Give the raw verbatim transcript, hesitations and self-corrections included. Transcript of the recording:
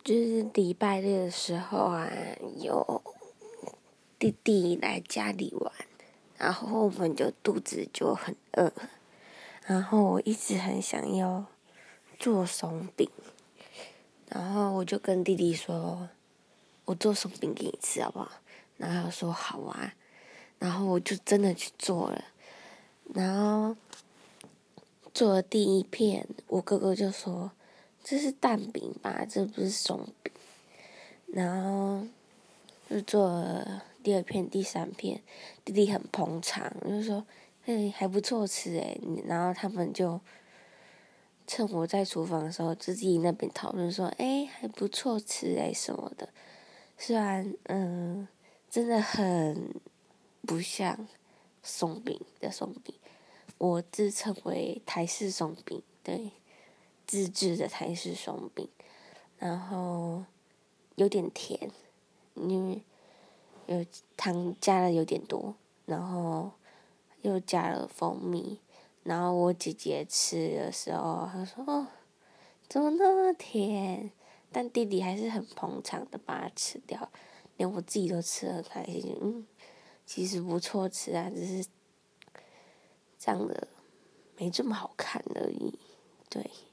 就是礼拜六的时候啊，有弟弟来家里玩，然后我们就肚子就很饿，然后我一直很想要做松饼，然后我就跟弟弟说，我做松饼给你吃好不好？然后他说好啊，然后我就真的去做了，然后做了第一片，我哥哥就说这是蛋饼吧，这不是松饼，然后就做了第二片、第三片，弟弟很捧场，就说嘿还不错吃诶，然后他们就趁我在厨房的时候，自己那边讨论说，诶还不错吃诶什么的，虽然嗯真的很不像松饼的松饼，我自称为台式松饼，对，自制的台式松饼，然后有点甜，因为有糖加的有点多，然后又加了蜂蜜，然后我姐姐吃的时候，她说：“哦，怎么那么甜？”但弟弟还是很捧场的把它吃掉，连我自己都吃得很开心。嗯，其实不错吃啊，只是长得没这么好看而已。对。